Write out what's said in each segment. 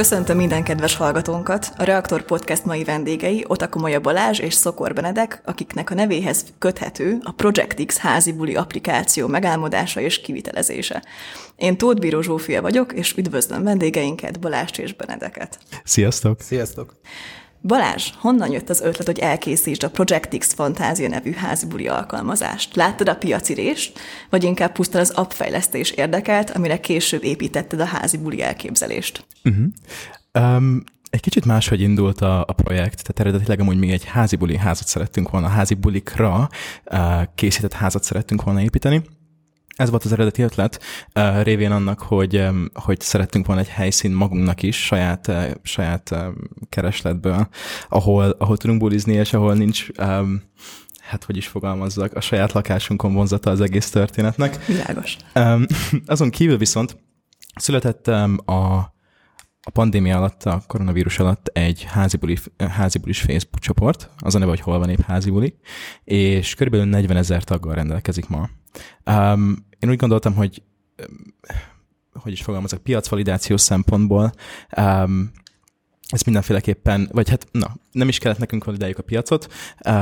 Köszöntöm minden kedves hallgatónkat! A Reaktor Podcast mai vendégei Otakomolya Balázs és Szokor Benedek, akiknek a nevéhez köthető a Project X házi buli applikáció megálmodása és kivitelezése. Én Tóth Bíró Zsófia vagyok, és üdvözlöm vendégeinket, Balást és Benedeket. Sziasztok! Sziasztok! Balázs, honnan jött az ötlet, hogy elkészítsd a Project X Fantázia nevű házi buli alkalmazást? Láttad a piacirést, vagy inkább pusztán az appfejlesztés érdekelt, amire később építetted a házi buli elképzelést? Egy kicsit máshogy indult a projekt, tehát eredetileg amúgy még egy házi buli házat szerettünk volna, házi bulikra készített házat szerettünk volna építeni. Ez volt az eredeti ötlet, révén annak, hogy szerettünk volna egy helyszín magunknak is, saját keresletből, ahol tudunk bulizni, és ahol nincs, hogy is fogalmazzak, a saját lakásunkon vonzata az egész történetnek. Világos. Azon kívül viszont született a pandémia alatt, a koronavírus alatt egy házi bulis Facebook csoport, az a neve, hogy Hol van épp házi buli, és körülbelül 40 000 taggal rendelkezik ma. Én úgy gondoltam, hogy is fogalmazok, piacvalidációs szempontból ez mindenféleképpen, nem is kellett nekünk validáljuk a piacot.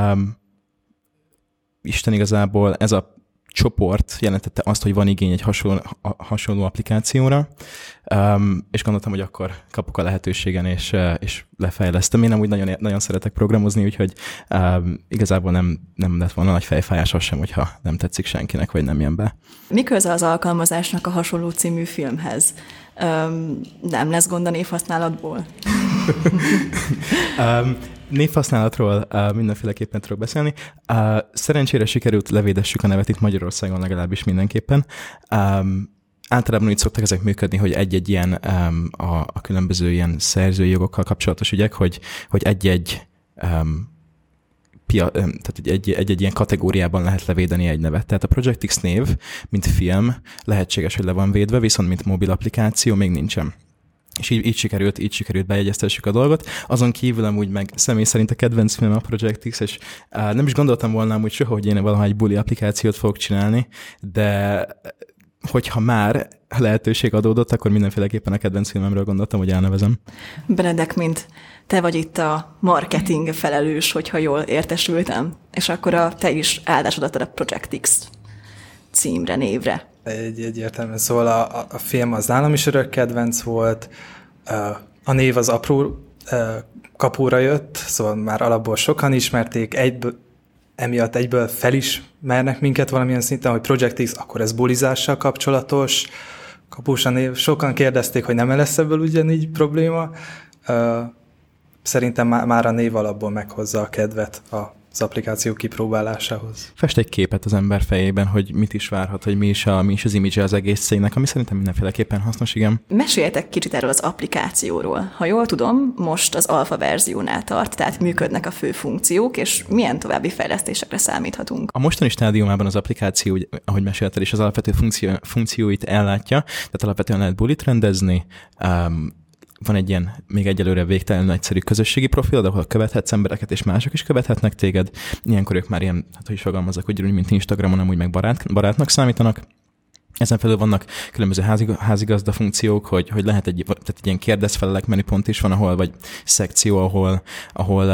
Isten igazából ez a csoport jelentette azt, hogy van igény egy hasonló applikációra, és gondoltam, hogy akkor kapok a lehetőségen, és lefejlesztem. Én amúgy nagyon szeretek programozni, úgyhogy igazából nem lett volna nagy fejfájás az sem, hogyha nem tetszik senkinek, vagy nem jön be. Mi köze az alkalmazásnak a Hasonló című filmhez? Nem lesz gond a névhasználatból? Névhasználatról mindenféleképpen tudok beszélni. Szerencsére sikerült levédessük a nevet itt Magyarországon legalábbis mindenképpen. Általában úgy szoktak ezek működni, hogy egy-egy ilyen a különböző ilyen szerzői jogokkal kapcsolatos ügyek, hogy egy-egy ilyen kategóriában lehet levédeni egy nevet. Tehát a Project X név, mint film, lehetséges, hogy le van védve, viszont mint mobil applikáció még nincsen. És így sikerült bejegyeztessük a dolgot. Azon kívül amúgy meg személy szerint a kedvenc film a Project X, és nem is gondoltam volna amúgy soha, hogy én valahogy egy buli applikációt fogok csinálni, de hogyha már lehetőség adódott, akkor mindenféleképpen a kedvenc filmemről gondoltam, hogy elnevezem. Benedek, mint te vagy itt a marketing felelős, hogyha jól értesültem, és akkor te is áldásodat ad a Project X címre, névre. Egyértelműen. Szóval a film az nálam is örök kedvenc volt, a név az apró kapóra jött, szóval már alapból sokan ismerték, emiatt egyből felismernek minket valamilyen szinten, hogy Project X, akkor ez bulizással kapcsolatos, kapós a név. Sokan kérdezték, hogy nem lesz ebből ugyanígy probléma. Szerintem már a név alapból meghozza a kedvet az applikáció kipróbálásához. Fest egy képet az ember fejében, hogy mit is várhat, hogy mi is az image az egész cégnek, ami szerintem mindenféleképpen hasznos, igen. Meséljetek kicsit erről az applikációról. Ha jól tudom, most az alfa verziónál tart, tehát működnek a fő funkciók, és milyen további fejlesztésekre számíthatunk? A mostani stádiumában az applikáció, ahogy mesélted, és az alapvető funkcióit ellátja, tehát alapvetően lehet bulit rendezni, van egy ilyen még egyelőre végtelenül egyszerű közösségi profilod, ahol követhetsz embereket, és mások is követhetnek téged. Ilyenkor ők már ilyen, hogy is fogalmazzak, ugyanúgy, mint Instagramon, amúgy meg barátnak számítanak. Ezen felül vannak különböző házigazda funkciók, hogy lehet egy ilyen kérdezfelelek menüpont is van, ahol, vagy szekció, ahol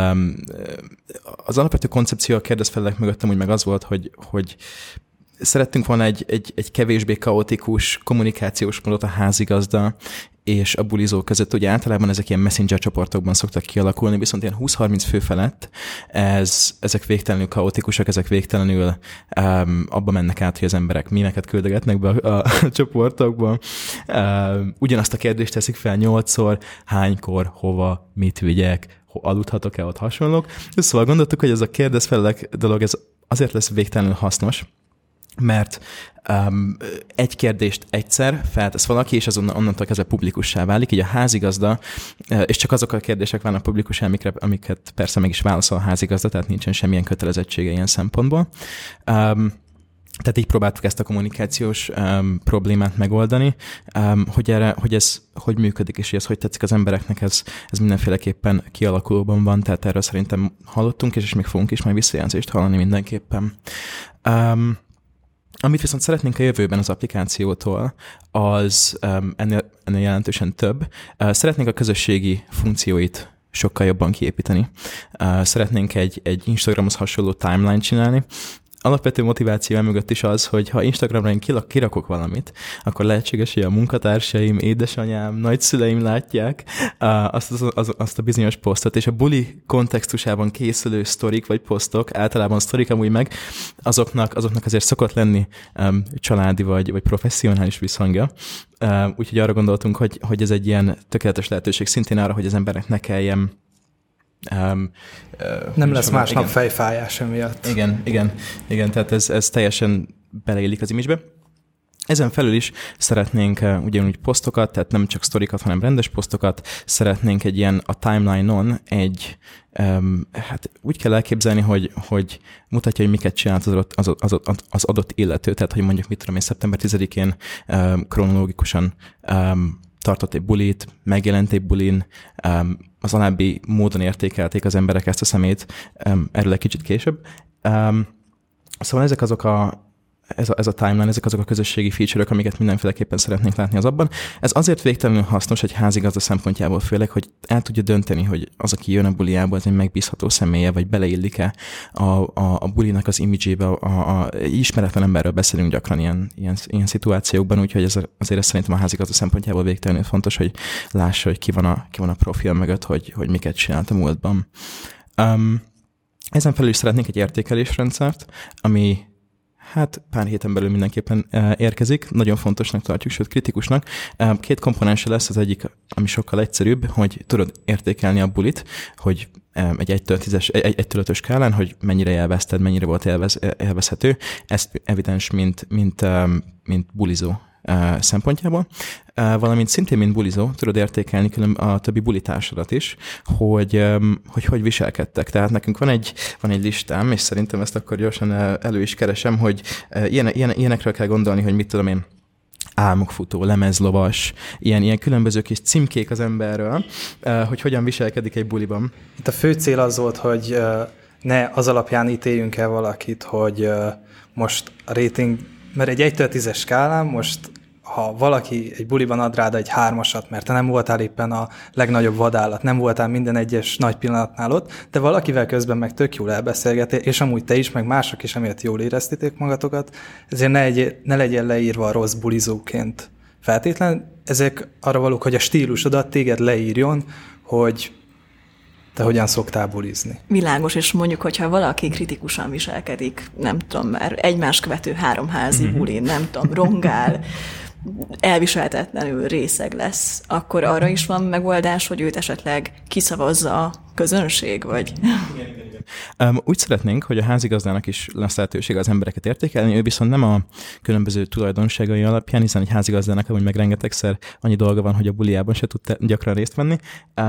az alapvető koncepció a kérdezfelelek mögött amúgy meg az volt, hogy szerettünk volna egy kevésbé kaotikus kommunikációs módot a házigazda és a bulizók között. Ugye általában ezek ilyen messenger csoportokban szoktak kialakulni, viszont ilyen 20-30 fő felett ezek végtelenül kaotikusak, ezek végtelenül abba mennek át, hogy az emberek mémeket küldegetnek be a csoportokba. Ugyanazt a kérdést teszik fel 8-szor, hánykor, hova, mit vigyek, aludhatok-e, ott hasonlók. Szóval gondoltuk, hogy ez a kérdezfelelek dolog ez azért lesz végtelenül hasznos, mert egy kérdést egyszer feltesz valaki, és onnantól kezdve publikussá válik, így a házigazda, és csak azok a kérdések válnak publikussá, amiket persze meg is válaszol a házigazda, tehát nincsen semmilyen kötelezettsége ilyen szempontból. Tehát így próbáltuk ezt a kommunikációs problémát megoldani, hogy ez hogy működik, és hogy tetszik az embereknek, ez mindenféleképpen kialakulóban van, tehát erről szerintem hallottunk, és még fogunk is majd visszajelzést hallani mindenképpen. Amit viszont szeretnénk a jövőben az applikációtól, az ennél jelentősen több. Szeretnénk a közösségi funkcióit sokkal jobban kiépíteni. Szeretnénk egy Instagramhoz hasonló timeline csinálni. Alapvető motiváció mögött is az, hogy ha Instagramra én kirakok valamit, akkor lehetséges, hogy a munkatársaim, édesanyám, nagyszüleim látják azt a bizonyos posztot, és a buli kontextusában készülő sztorik vagy posztok, általában sztorik amúgy meg, azoknak azért szokott lenni családi vagy professzionális visszhangja. Úgyhogy arra gondoltunk, hogy ez egy ilyen tökéletes lehetőség szintén arra, hogy az embernek ne kelljen nem lesz másnap fejfájás emiatt. Igen, tehát ez teljesen beleillik az image-be. Ezen felül is szeretnénk ugyanúgy posztokat, tehát nem csak sztorikat, hanem rendes posztokat, szeretnénk egy ilyen a timeline-on hát úgy kell elképzelni, hogy mutatja, hogy miket csinált az adott illető, tehát hogy mondjuk mit tudom én, szeptember 10-én kronológikusan tartott egy bulit, megjelent egy bulin, az alábbi módon értékelték az emberek ezt a szemét, erről egy kicsit később. Szóval ezek azok ez a timeline, ezek azok a közösségi feature-ök, amiket mindenféleképpen szeretnénk látni az abban. Ez azért végtelenül hasznos egy házigazda szempontjából főleg, hogy el tudja dönteni, hogy az, aki jön a buliába, az egy megbízható személye, vagy beleillik-e a bulinak az imidzsébe. A ismeretlen emberről beszélünk gyakran ilyen szituációkban, úgyhogy azért szerintem a házigazda szempontjából végtelenül fontos, hogy lássa, hogy ki van a profil mögött, hogy miket csinált a múltban. Ezen felül is szeretnénk egy értékelésrendszert, ami hát pár héten belül mindenképpen érkezik. Nagyon fontosnak tartjuk, sőt kritikusnak. 2 komponense lesz, az egyik, ami sokkal egyszerűbb, hogy tudod értékelni a bulit, hogy egy 1-től 5-ös skálán, hogy mennyire élvezted, mennyire volt élvezhető. Ez evidens, mint bulizó szempontjából. Valamint szintén, mint bulizó, tudod értékelni a többi bulitársadat is, hogy viselkedtek. Tehát nekünk van egy listám, és szerintem ezt akkor gyorsan elő is keresem, hogy ilyenekről kell gondolni, hogy mit tudom én, álmokfutó, lemezlovas, ilyen különböző kis címkék az emberről, hogy hogyan viselkedik egy buliban. Itt a fő cél az volt, hogy ne az alapján ítéljünk el valakit, hogy most a rating, mert egy 1-től 10-es skálán most, ha valaki egy buliban ad rád egy 3-asat, mert te nem voltál éppen a legnagyobb vadállat, nem voltál minden egyes nagy pillanatnál ott, de valakivel közben meg tök jól elbeszélgetél, és amúgy te is, meg mások is, amiatt jól éreztétek magatokat, ezért ne legyen leírva a rossz bulizóként feltétlen. Ezek arra valók, hogy a stílusodat téged leírjon, hogy te hogyan szoktál bulizni. Világos, és mondjuk, hogyha valaki kritikusan viselkedik, nem tudom már, egymást követő 3 házi bulin, nem tudom, rongál, elviselhetetlenül részeg lesz, akkor arra is van megoldás, hogy őt esetleg kiszavazza a közönség, vagy... Úgy szeretnénk, hogy a házigazdának is lesz lehetősége az embereket értékelni, ő viszont nem a különböző tulajdonságai alapján, hiszen egy házigazdának amúgy meg rengetegszer annyi dolga van, hogy a buliában se tud gyakran részt venni,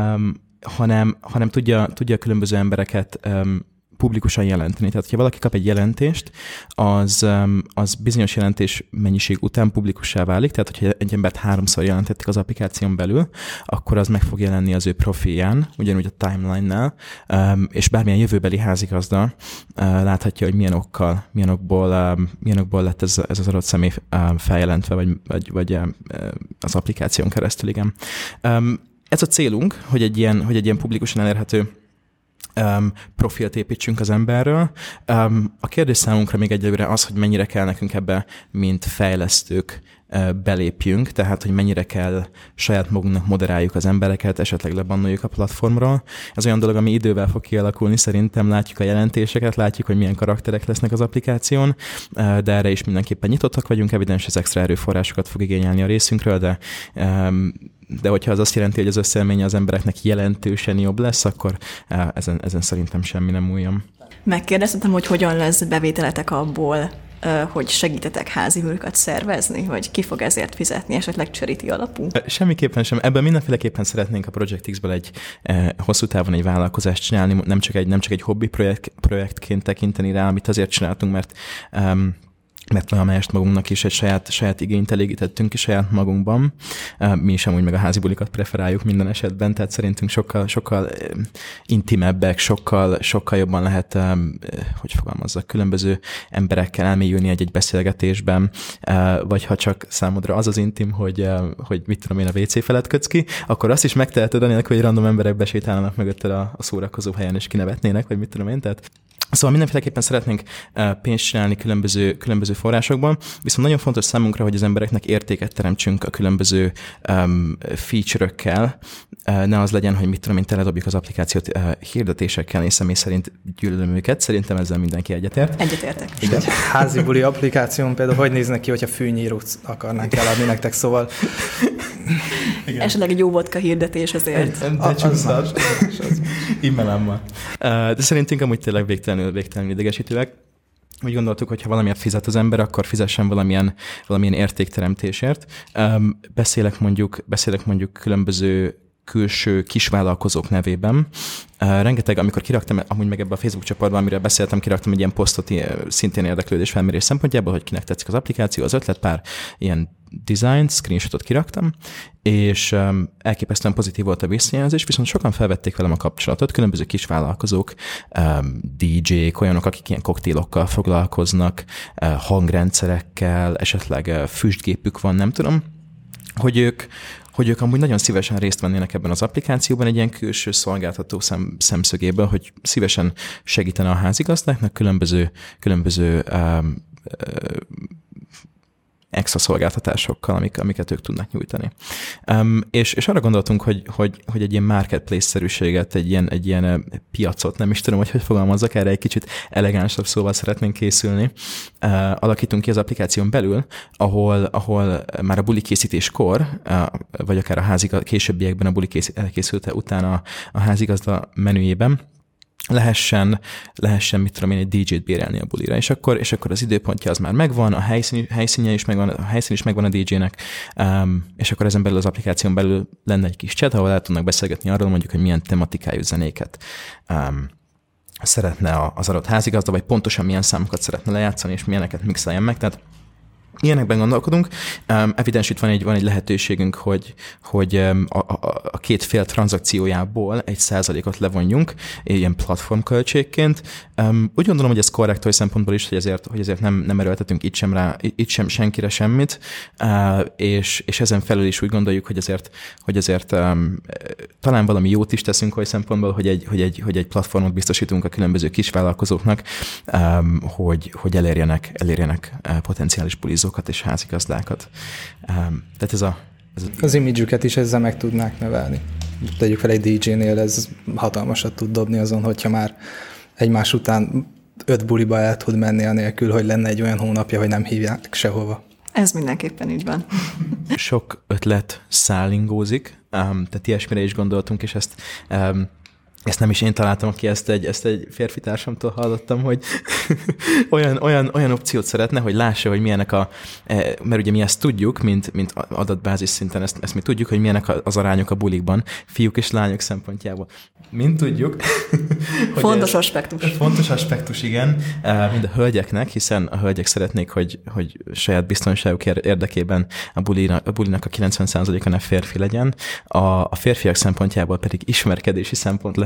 hanem tudja különböző embereket publikusan jelenteni. Tehát, ha valaki kap egy jelentést, az bizonyos jelentés mennyiség után publikussá válik, tehát, hogyha egy embert 3-szor jelentették az applikáción belül, akkor az meg fog jelenni az ő profilján, ugyanúgy a timeline-nál, és bármilyen jövőbeli házigazda láthatja, hogy milyen okból lett ez az adott személy feljelentve, vagy az applikáción keresztül, igen. Ez a célunk, hogy egy ilyen publikusan elérhető profilt építsünk az emberről. A kérdés számunkra még egyelőre az, hogy mennyire kell nekünk ebbe, mint fejlesztők belépjünk, tehát, hogy mennyire kell saját magunknak moderáljuk az embereket, esetleg lebannoljuk a platformról. Ez olyan dolog, ami idővel fog kialakulni, szerintem látjuk a jelentéseket, látjuk, hogy milyen karakterek lesznek az applikáción, de erre is mindenképpen nyitottak vagyunk, evidens ez extra erőforrásokat fog igényelni a részünkről, de hogyha az azt jelenti, hogy az összeélménye az embereknek jelentősen jobb lesz, akkor ezen szerintem semmi nem újjon. Megkérdeztem, hogy hogyan lesz bevételetek abból, hogy segítetek házi bulikat szervezni, hogy ki fog ezért fizetni, esetleg charity alapú? Semmiképpen sem. Ebben mindenféleképpen szeretnénk a Project X-ből egy hosszú távon egy vállalkozást csinálni, nem csak egy hobbi projektként tekinteni rá, amit azért csináltunk, mert valamelyest magunknak is egy saját igényt elégítettünk ki saját magunkban. Mi is amúgy meg a házi bulikat preferáljuk minden esetben, tehát szerintünk sokkal intimebbek, sokkal jobban lehet, hogy fogalmazzak, különböző emberekkel elmélyülni egy beszélgetésben, vagy ha csak számodra az intim, hogy mit tudom én, a WC felett kötsz ki, akkor azt is megteheted anélkül, hogy random emberek besétálnak mögötted a szórakozó helyen, és kinevetnének, vagy mit tudom én, tehát szóval mindenféleképpen szeretnénk pénzt csinálni különböző forrásokban, viszont nagyon fontos számunkra, hogy az embereknek értéket teremtsünk a különböző feature-ökkel. Ne az legyen, hogy mit tudom én, teledobjuk az applikációt hirdetésekkel, és személy szerint gyűlölöm őket. Szerintem ezzel mindenki egyetért. Egyetértek. És egy házi buli applikáción például hogy néznek ki, hogyha fűnyírót akarnánk eladni nektek, szóval... Igen. Esetleg egy jó vodka hirdetés azért. Immelemma. De szerintünk amúgy tényleg végtelenül idegesítőek. Úgy gondoltuk, hogy ha valamilyen fizet az ember, akkor fizessen valamilyen értékteremtésért. Beszélek mondjuk különböző külső kisvállalkozók nevében. Rengeteg, amikor kiraktam, amúgy meg ebbe a Facebook csoportban, amiről beszéltem, kiraktam egy ilyen posztot szintén érdeklődés felmérés szempontjából, hogy kinek tetszik az applikáció, az ötlet, pár ilyen design, screenshotot kiraktam, és elképesztően pozitív volt a visszajelzés, viszont sokan felvették velem a kapcsolatot, különböző kisvállalkozók, DJ-k, olyanok, akik ilyen koktélokkal foglalkoznak, hangrendszerekkel, esetleg füstgépük van, nem tudom, hogy ők amúgy nagyon szívesen részt vennének ebben az applikációban egy ilyen külső szolgáltató szemszögéből, hogy szívesen segítene a házigazdáknak különböző extra szolgáltatásokkal, amiket ők tudnak nyújtani. És arra gondoltunk, hogy egy ilyen marketplace-szerűséget, egy ilyen piacot, nem is tudom, hogy fogalmazzak, erre egy kicsit elegánsabb szóval szeretnénk készülni. Alakítunk ki az applikáción belül, ahol már a buli készítéskor, vagy akár későbbiekben a buli elkészülte utána a házigazda menüjében, lehessen, mit tudom én, egy DJ-t bérelni a bulira, és akkor az időpontja az már megvan, a helyszín is megvan a DJ-nek, és akkor ezen belül az applikáción belül lenne egy kis chat, ahol el tudnak beszélgetni arról mondjuk, hogy milyen tematikájú zenéket szeretne az adott házigazda, vagy pontosan milyen számokat szeretne lejátszani, és milyeneket mixeljen meg, tehát ilyenekben gondolkodunk. Evidens itt van egy lehetőségünk, hogy a két fél tranzakciójából 1%-ot levonjunk ilyen platformköltségként. Úgy gondolom, hogy ez korrekt olyan szempontból is, hogy ezért nem erőltetünk itt sem senkire semmit, és ezen felül is úgy gondoljuk, hogy azért talán valami jót is teszünk olyan szempontból, hogy egy platformot biztosítunk a különböző kisvállalkozóknak, hogy elérjenek potenciális bulizókat és házigazdákat. Tehát az imidzsüket is ezzel meg tudnák növelni. Tegyük fel, egy DJ-nél ez hatalmasat tud dobni azon, hogyha már egymás után 5 buliba el tud menni anélkül, hogy lenne egy olyan hónapja, hogy nem hívják sehova. Ez mindenképpen így van. Sok ötlet szállingózik, tehát ilyesmire is gondoltunk, és ezt nem is én találtam ki, ezt egy férfi társamtól hallottam, hogy olyan opciót szeretne, hogy lássa, hogy milyenek mert ugye mi ezt tudjuk, mint adatbázis szinten, ezt mi tudjuk, hogy milyenek az arányok a bulikban, fiúk és lányok szempontjából. Mint tudjuk. Fontos aspektus. Fontos aspektus, igen, mind a hölgyeknek, hiszen a hölgyek szeretnék, hogy saját biztonságuk érdekében a bulinak a 90%-a ne férfi legyen. A férfiak szempontjából pedig ismerkedési szempont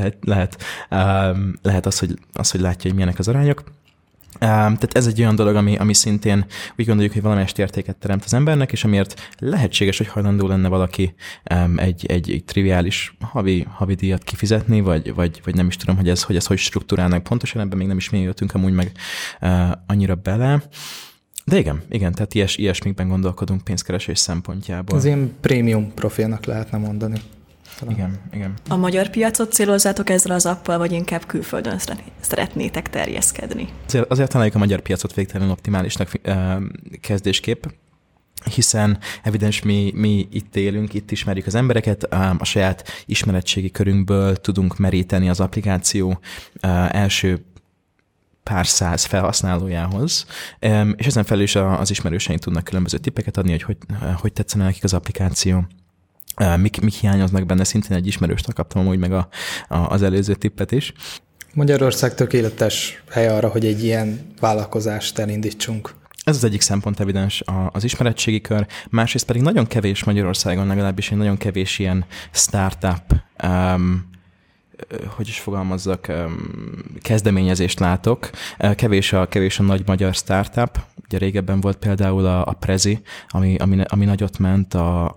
lehet az, hogy látja, hogy milyenek az arányok. Tehát ez egy olyan dolog, ami szintén úgy gondoljuk, hogy valamelyest értéket teremt az embernek, és amiért lehetséges, hogy hajlandó lenne valaki egy triviális havi díjat kifizetni, vagy nem is tudom, hogy ez hogy struktúrálnak pontosan, ebben még nem is mi jöttünk amúgy meg annyira bele. De igen, tehát ilyesmikben gondolkodunk pénzkeresés szempontjából. Az ilyen prémium profilnak lehetne mondani. Igen. A magyar piacot célozzátok ezzel az appal, vagy inkább külföldön szeretnétek terjeszkedni? Azért találjuk a magyar piacot végtelenül optimálisnak kezdésképp, hiszen evidens mi itt élünk, itt ismerjük az embereket, a saját ismeretségi körünkből tudunk meríteni az applikáció első pár száz felhasználójához, és ezen felül is az ismerőseink tudnak különböző tippeket adni, hogy tetszene nekik az applikáció. Mik hiányoznak benne, szintén egy ismerőstől kaptam amúgy meg az előző tippet is. Magyarország tökéletes hely arra, hogy egy ilyen vállalkozást elindítsunk. Ez az egyik szempont evidens az ismeretségi kör, másrészt pedig nagyon kevés Magyarországon, legalábbis egy nagyon kevés ilyen startup, hogy is fogalmazzak, kezdeményezést látok. Kevés a nagy magyar startup. Ugye régebben volt például a Prezi, ami nagyot ment,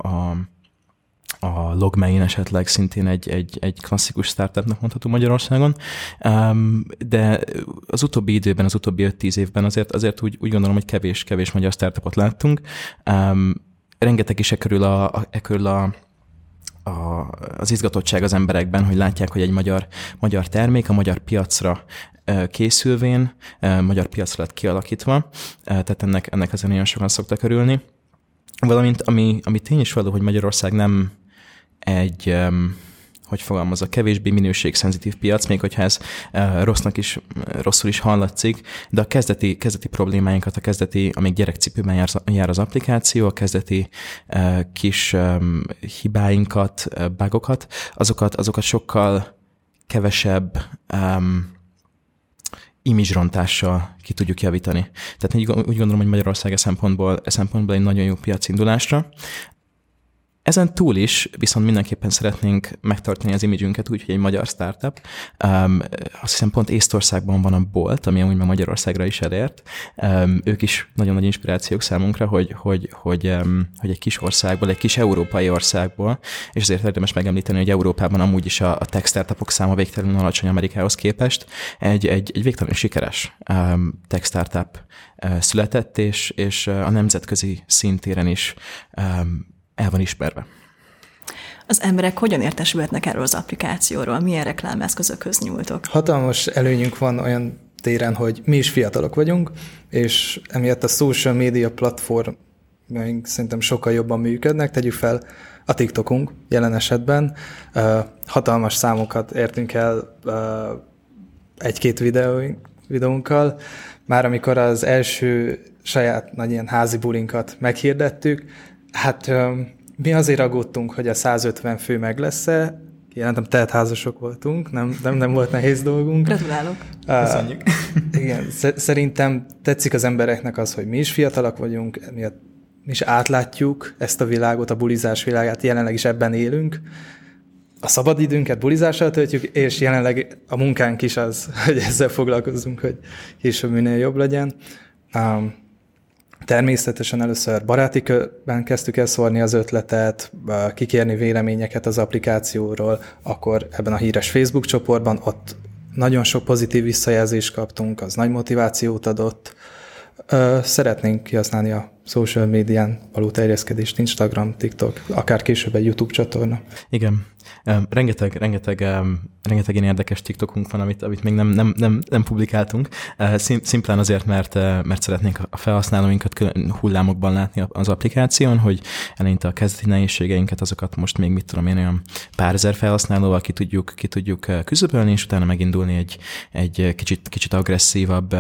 a Logmein esetleg szintén egy klasszikus startupnak mondható Magyarországon, de az utóbbi időben, az utóbbi 5-10 évben azért úgy gondolom, hogy kevés magyar startupot láttunk. Rengeteg is körül az izgatottság az emberekben, hogy látják, hogy egy magyar termék a magyar piacra készülvén, magyar piacra lett kialakítva, tehát ennek azért nagyon sokan szoktak örülni. Valamint, ami tény is való, hogy Magyarország nem egy, hogy fogalmazza, kevésbé minőségszenzitív piac, még hogyha ez rosszul is hallatszik, de a kezdeti problémáinkat, amíg gyerekcipőben jár az applikáció, a kezdeti kis hibáinkat, bugokat, azokat sokkal kevesebb image-rontással ki tudjuk javítani. Tehát úgy gondolom, hogy Magyarország e szempontból egy nagyon jó piacindulásra. Ezen túl is viszont mindenképpen szeretnénk megtartani az imidzsünket úgy, hogy egy magyar startup. Azt hiszem pont Észtországban van a Bolt, ami amúgy már Magyarországra is elért. Ők is nagyon nagy inspirációk számunkra, hogy egy kis országból, egy kis európai országból, és azért érdemes megemlíteni, hogy Európában amúgy is a tech startupok száma végtelenül alacsony Amerikához képest. Egy végtelenül sikeres tech startup született, és a nemzetközi szintéren is el van ismerve. Az emberek hogyan értesülhetnek erről az applikációról? Milyen reklámeszközökhöz nyúltok? Hatalmas előnyünk van olyan téren, hogy mi is fiatalok vagyunk, és emiatt a social media platformjaink szerintem sokkal jobban működnek. Tegyük fel a TikTokunk jelen esetben. Hatalmas számokat értünk el egy-két videónkkal. Már amikor az első saját nagy ilyen házi bulinkat meghirdettük, hát mi azért aggódtunk, hogy a 150 fő meg lesz-e. Kijelentem, teltházasok voltunk, nem volt nehéz dolgunk. Gratulálok. Köszönjük. Igen, szerintem tetszik az embereknek az, hogy mi is fiatalak vagyunk, emiatt mi is átlátjuk ezt a világot, a bulizás világát, jelenleg is ebben élünk. A szabadidőnket bulizással töltjük, és jelenleg a munkánk is az, hogy ezzel foglalkozzunk, hogy később minél jobb legyen. Természetesen először baráti körben kezdtük el szórni az ötletet, kikérni véleményeket az applikációról, akkor ebben a híres Facebook csoportban ott nagyon sok pozitív visszajelzést kaptunk, az nagy motivációt adott. Szeretnénk kihasználni a social médián való terjeszkedést, Instagram, TikTok, akár később egy YouTube csatorna. Igen. Rengeteg ilyen érdekes TikTokunk van, amit még nem publikáltunk. Szimplán azért, mert szeretnénk a felhasználóinkat hullámokban látni az applikáción, hogy eleinte a kezdeti nehézségeinket, azokat most még olyan pár ezer felhasználóval ki tudjuk küszöbölni, és utána megindulni egy kicsit agresszívabb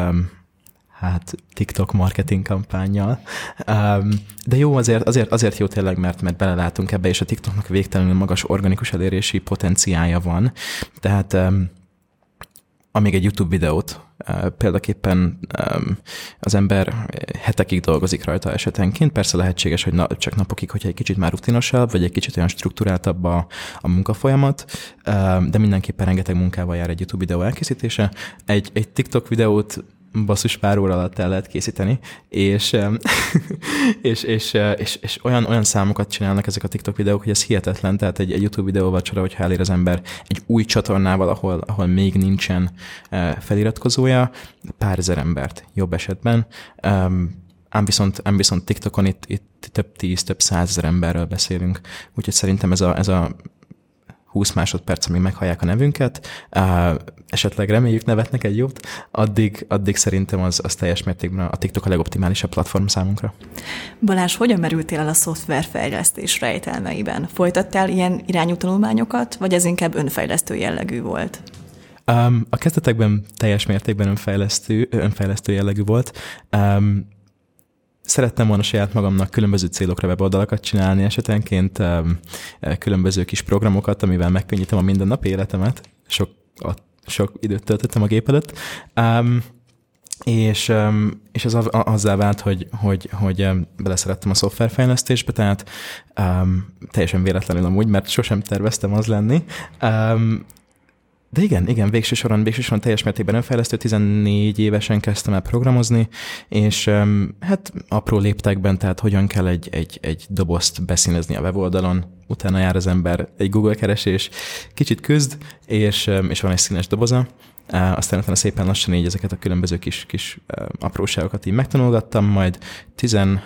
TikTok marketing kampánnyal. De jó, azért jó tényleg, mert belelátunk ebbe, és a TikToknak végtelenül magas organikus elérési potenciálja van. Tehát amíg egy YouTube videót példaképpen az ember hetekig dolgozik rajta esetenként, persze lehetséges, hogy csak napokig, hogyha egy kicsit már rutinosabb, vagy egy kicsit olyan strukturáltabb a munkafolyamat, de mindenképpen rengeteg munkával jár egy YouTube videó elkészítése. Egy TikTok videót basszus pár óra alatt el lehet készíteni, és olyan számokat csinálnak ezek a TikTok videók, hogy ez hihetetlen, tehát egy YouTube videóval csoda, hogyha elér az ember egy új csatornával, ahol még nincsen feliratkozója, pár ezer embert jobb esetben. Ám viszont TikTokon itt több 10, több 100 000 emberről beszélünk, úgyhogy szerintem ez a 20 másodperc, amíg meghallják a nevünket, esetleg reméljük nevetnek egy jót, addig szerintem az teljes mértékben a TikTok a legoptimálisabb platform számunkra. Balázs, hogyan merültél el a szoftverfejlesztés rejtelmeiben? Folytattál ilyen irányú tanulmányokat, vagy ez inkább önfejlesztő jellegű volt? A kezdetekben teljes mértékben önfejlesztő jellegű volt. Szerettem volna saját magamnak különböző célokra weboldalakat csinálni, esetenként különböző kis programokat, amivel megkönnyítem a mindennapi életemet. Sok időt töltöttem a gép előtt. és ez azzá vált, hogy beleszerettem a szoftverfejlesztésbe, tehát teljesen véletlenül amúgy, mert sosem terveztem az lenni. De igen, végső soron teljes mértékben önfejlesztő, 14 évesen kezdtem el programozni, és hát apró léptekben, tehát hogyan kell egy dobozt beszínezni a weboldalon, utána jár az ember egy Google keresés, kicsit küzd, és van egy színes doboza. Aztán utána szépen lassan így ezeket a különböző kis apróságokat így megtanulgattam, majd 17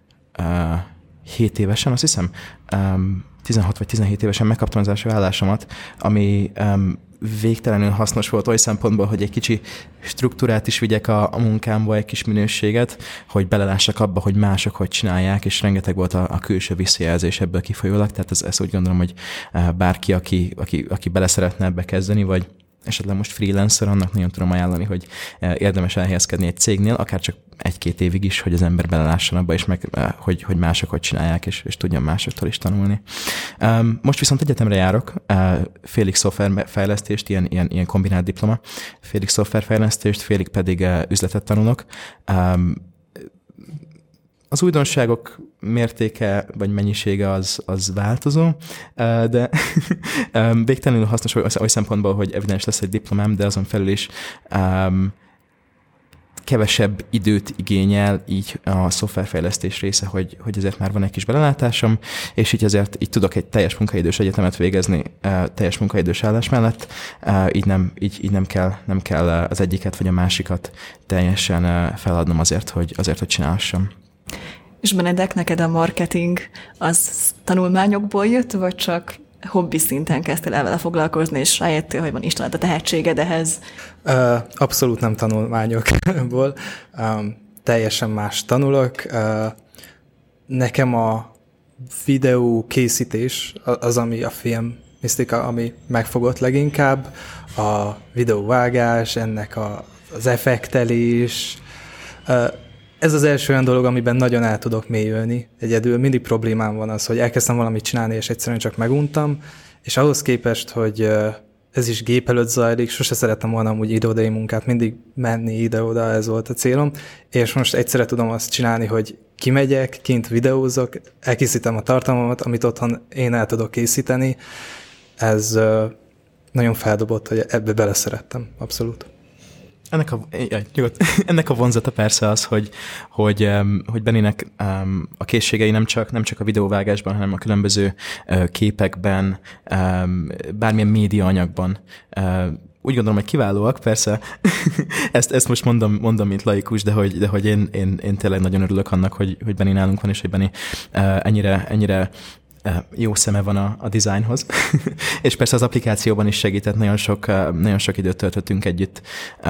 évesen, azt hiszem, 16 vagy 17 évesen megkaptam az első állásomat, ami végtelenül hasznos volt oly szempontból, hogy egy kicsi struktúrát is vigyek a munkámba, egy kis minőséget, hogy belelássak abba, hogy mások hogy csinálják, és rengeteg volt a külső visszajelzés ebből kifolyólag, tehát ezt úgy gondolom, hogy bárki, aki bele szeretne ebbe kezdeni, vagy esetleg most freelancer, annak nagyon tudom ajánlani, hogy érdemes elhelyezkedni egy cégnél, akár csak 1-2 évig is, hogy az ember belelásson abba, és hogy mások hogy csinálják, és tudjon másoktól is tanulni. Most viszont egyetemre járok, félig szoftverfejlesztést, ilyen kombinált diploma, félig szoftverfejlesztést, félig pedig üzletet tanulok. Az újdonságok mértéke vagy mennyisége az változó, de végtelenül hasznos oly szempontból, hogy evidens lesz egy diplomám, de azon felül is kevesebb időt igényel így a szoftverfejlesztés része, hogy ezért már van egy kis belelátásom, és így ezért így tudok egy teljes munkaidős egyetemet végezni teljes munkaidős állás mellett, így nem kell az egyiket vagy a másikat teljesen feladnom azért, hogy csinálhassam. És Benedek, neked a marketing az tanulmányokból jött, vagy csak hobbi szinten kezdtél el vele foglalkozni, és rájöttél, hogy van Istenet a tehetséged ehhez? Abszolút nem tanulmányokból. Teljesen más tanulok. Nekem a videó készítés az, ami a filmisztika, ami megfogott leginkább. A videóvágás, ennek az effektelés. Ez az első olyan dolog, amiben nagyon el tudok mélyülni. Egyedül mindig problémám van az, hogy elkezdtem valamit csinálni, és egyszerűen csak meguntam, és ahhoz képest, hogy ez is gép előtt zajlik, sose szerettem volna amúgy irodai munkát, mindig menni ide-oda, ez volt a célom, és most egyszerre tudom azt csinálni, hogy kimegyek, kint videózok, elkészítem a tartalmamat, amit otthon én el tudok készíteni. Ez nagyon feldobott, hogy ebbe beleszerettem, abszolút. Ennek a vonzata persze az, hogy Benninek a készségei nem csak a videóvágásban, hanem a különböző képekben, bármilyen média anyagban. Úgy gondolom, hogy kiválóak, persze. ezt most mondom, mint laikus, de hogy én tényleg nagyon örülök annak, hogy Benni nálunk van, és hogy Benni ennyire jó szeme van a designhoz. És persze az applikációban is segített, nagyon sok időt töltöttünk együtt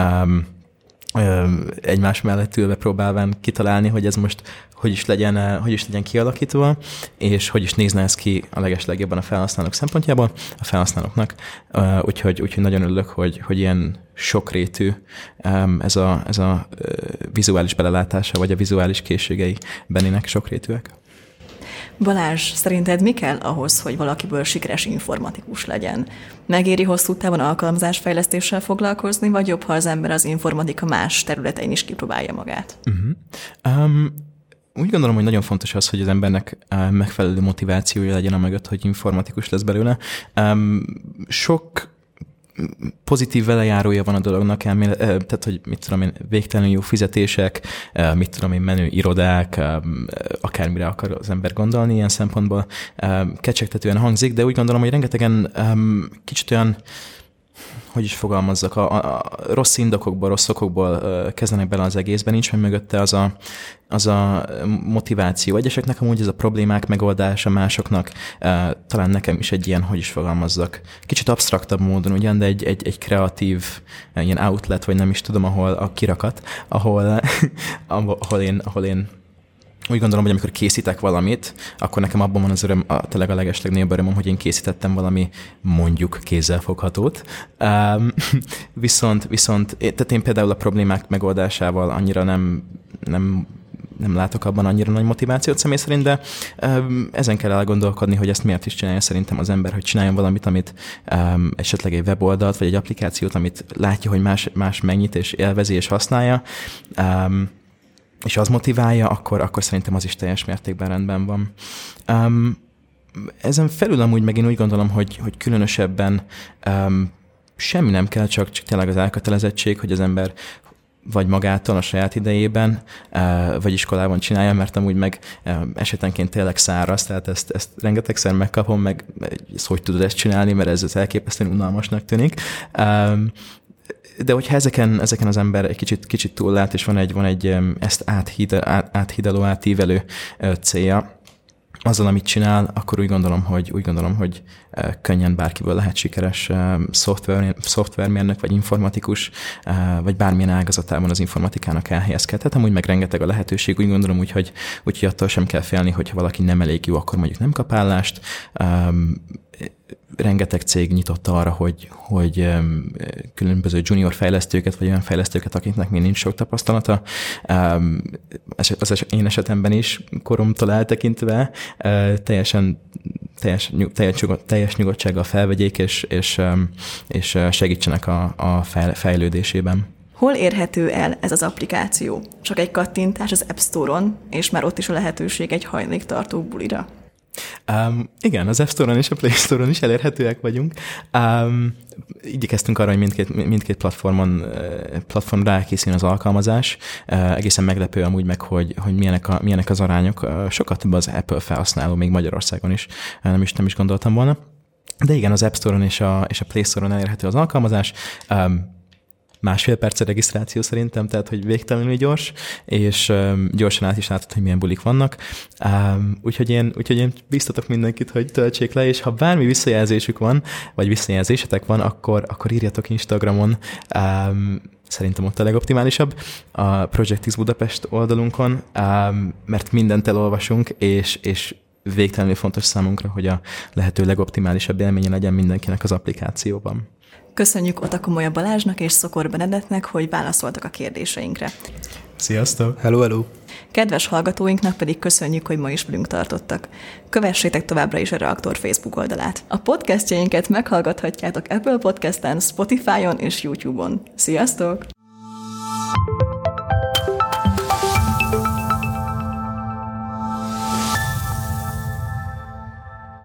egymás mellett ülve próbálván kitalálni, hogy ez most hogy is legyen kialakítva, és hogy is nézne ez ki a legeslegjobban a felhasználók szempontjából, a felhasználóknak. Úgyhogy nagyon örülök, hogy ilyen sokrétű ez a vizuális belelátása, vagy a vizuális készségei Benninek sokrétűek. Balázs, szerinted mi kell ahhoz, hogy valakiből sikeres informatikus legyen? Megéri hosszú távon alkalmazásfejlesztéssel foglalkozni, vagy jobb, ha az ember az informatika más területein is kipróbálja magát? Úgy gondolom, hogy nagyon fontos az, hogy az embernek megfelelő motivációja legyen a mögött, hogy informatikus lesz belőle. Sok pozitív velejárója van a dolognak, tehát, hogy mit tudom én, végtelenül jó fizetések, mit tudom én, menő irodák, akármire akar az ember gondolni ilyen szempontból. Kecsegtetően hangzik, de úgy gondolom, hogy rengetegen kicsit olyan, hogy is fogalmazzak, a rossz indokokból, rossz okokból kezdenek bele az egészben, nincs meg mögötte az a motiváció. Egyeseknek amúgy ez a problémák megoldása, másoknak talán nekem is egy ilyen, hogy is fogalmazzak, kicsit absztraktabb módon ugyan, de egy kreatív ilyen outlet, vagy nem is tudom, ahol a kirakat, ahol én úgy gondolom, hogy amikor készítek valamit, akkor nekem abban van az öröm, tényleg a legeslegnagyobb örömöm, hogy én készítettem valami mondjuk kézzelfoghatót. Viszont tehát én például a problémák megoldásával annyira nem nem látok abban annyira nagy motivációt személy szerint, de ezen kell elgondolkodni, hogy ezt miért is csinálja szerintem az ember, hogy csináljon valamit, amit esetleg egy weboldalt, vagy egy applikációt, amit látja, hogy más megnyit és élvezi és használja, és az motiválja, akkor szerintem az is teljes mértékben rendben van. Ezen felül amúgy megint úgy gondolom, hogy különösebben semmi nem kell, csak tényleg az elkötelezettség, hogy az ember vagy magától a saját idejében, vagy iskolában csinálja, mert amúgy meg esetenként tényleg száraz, tehát ezt rengetegszer megkapom, meg hogy tudod ezt csinálni, mert ez elképesztően unalmasnak tűnik. De hogyha ezeken az ember egy kicsit túllát, és van egy ezt áthidaló, átívelő célja azzal, amit csinál, akkor úgy gondolom, hogy könnyen bárkiből lehet sikeres szoftvermérnök, vagy informatikus, vagy bármilyen ágazatában az informatikának elhelyezkedhet. Amúgy meg rengeteg a lehetőség, úgy gondolom, úgyhogy attól sem kell félni, hogyha valaki nem elég jó, akkor mondjuk nem kap állást. Rengeteg cég nyitott arra, hogy különböző junior fejlesztőket, vagy olyan fejlesztőket, akiknek még nincs sok tapasztalata. Az én esetemben is koromtól eltekintve teljes nyugodtsággal felvegyék, és segítsenek a fejlődésében. Hol érhető el ez az applikáció? Csak egy kattintás az App Store-on, és már ott is a lehetőség egy hajléktartó bulira. Igen, az App Store-on és a Play Store-on is elérhetőek vagyunk. Igyekeztünk arra, hogy mindkét platformra elkészüljön az alkalmazás. Egészen meglepő amúgy meg, hogy milyenek az arányok. Sokat több az Apple felhasználó, még Magyarországon is. Nem is gondoltam volna. De igen, az App Store-on és a Play Store-on elérhető az alkalmazás. 1,5 perc regisztráció szerintem, tehát hogy végtelenül gyors, és gyorsan át is látod, hogy milyen bulik vannak. Úgyhogy én biztatok mindenkit, hogy töltsék le, és ha bármi visszajelzésük van, vagy visszajelzésetek van, akkor írjatok Instagramon, szerintem ott a legoptimálisabb, a Project X Budapest oldalunkon, mert mindent elolvasunk, és végtelenül fontos számunkra, hogy a lehető legoptimálisabb élménye legyen mindenkinek az applikációban. Köszönjük Otakumolya Balázsnak és Szokor Benedettnek, hogy válaszoltak a kérdéseinkre. Sziasztok! Hello! Kedves hallgatóinknak pedig köszönjük, hogy ma is velünk tartottak. Kövessétek továbbra is a Reaktor Facebook oldalát. A podcastjainket meghallgathatjátok Apple Podcasten, Spotify-on és YouTube-on. Sziasztok!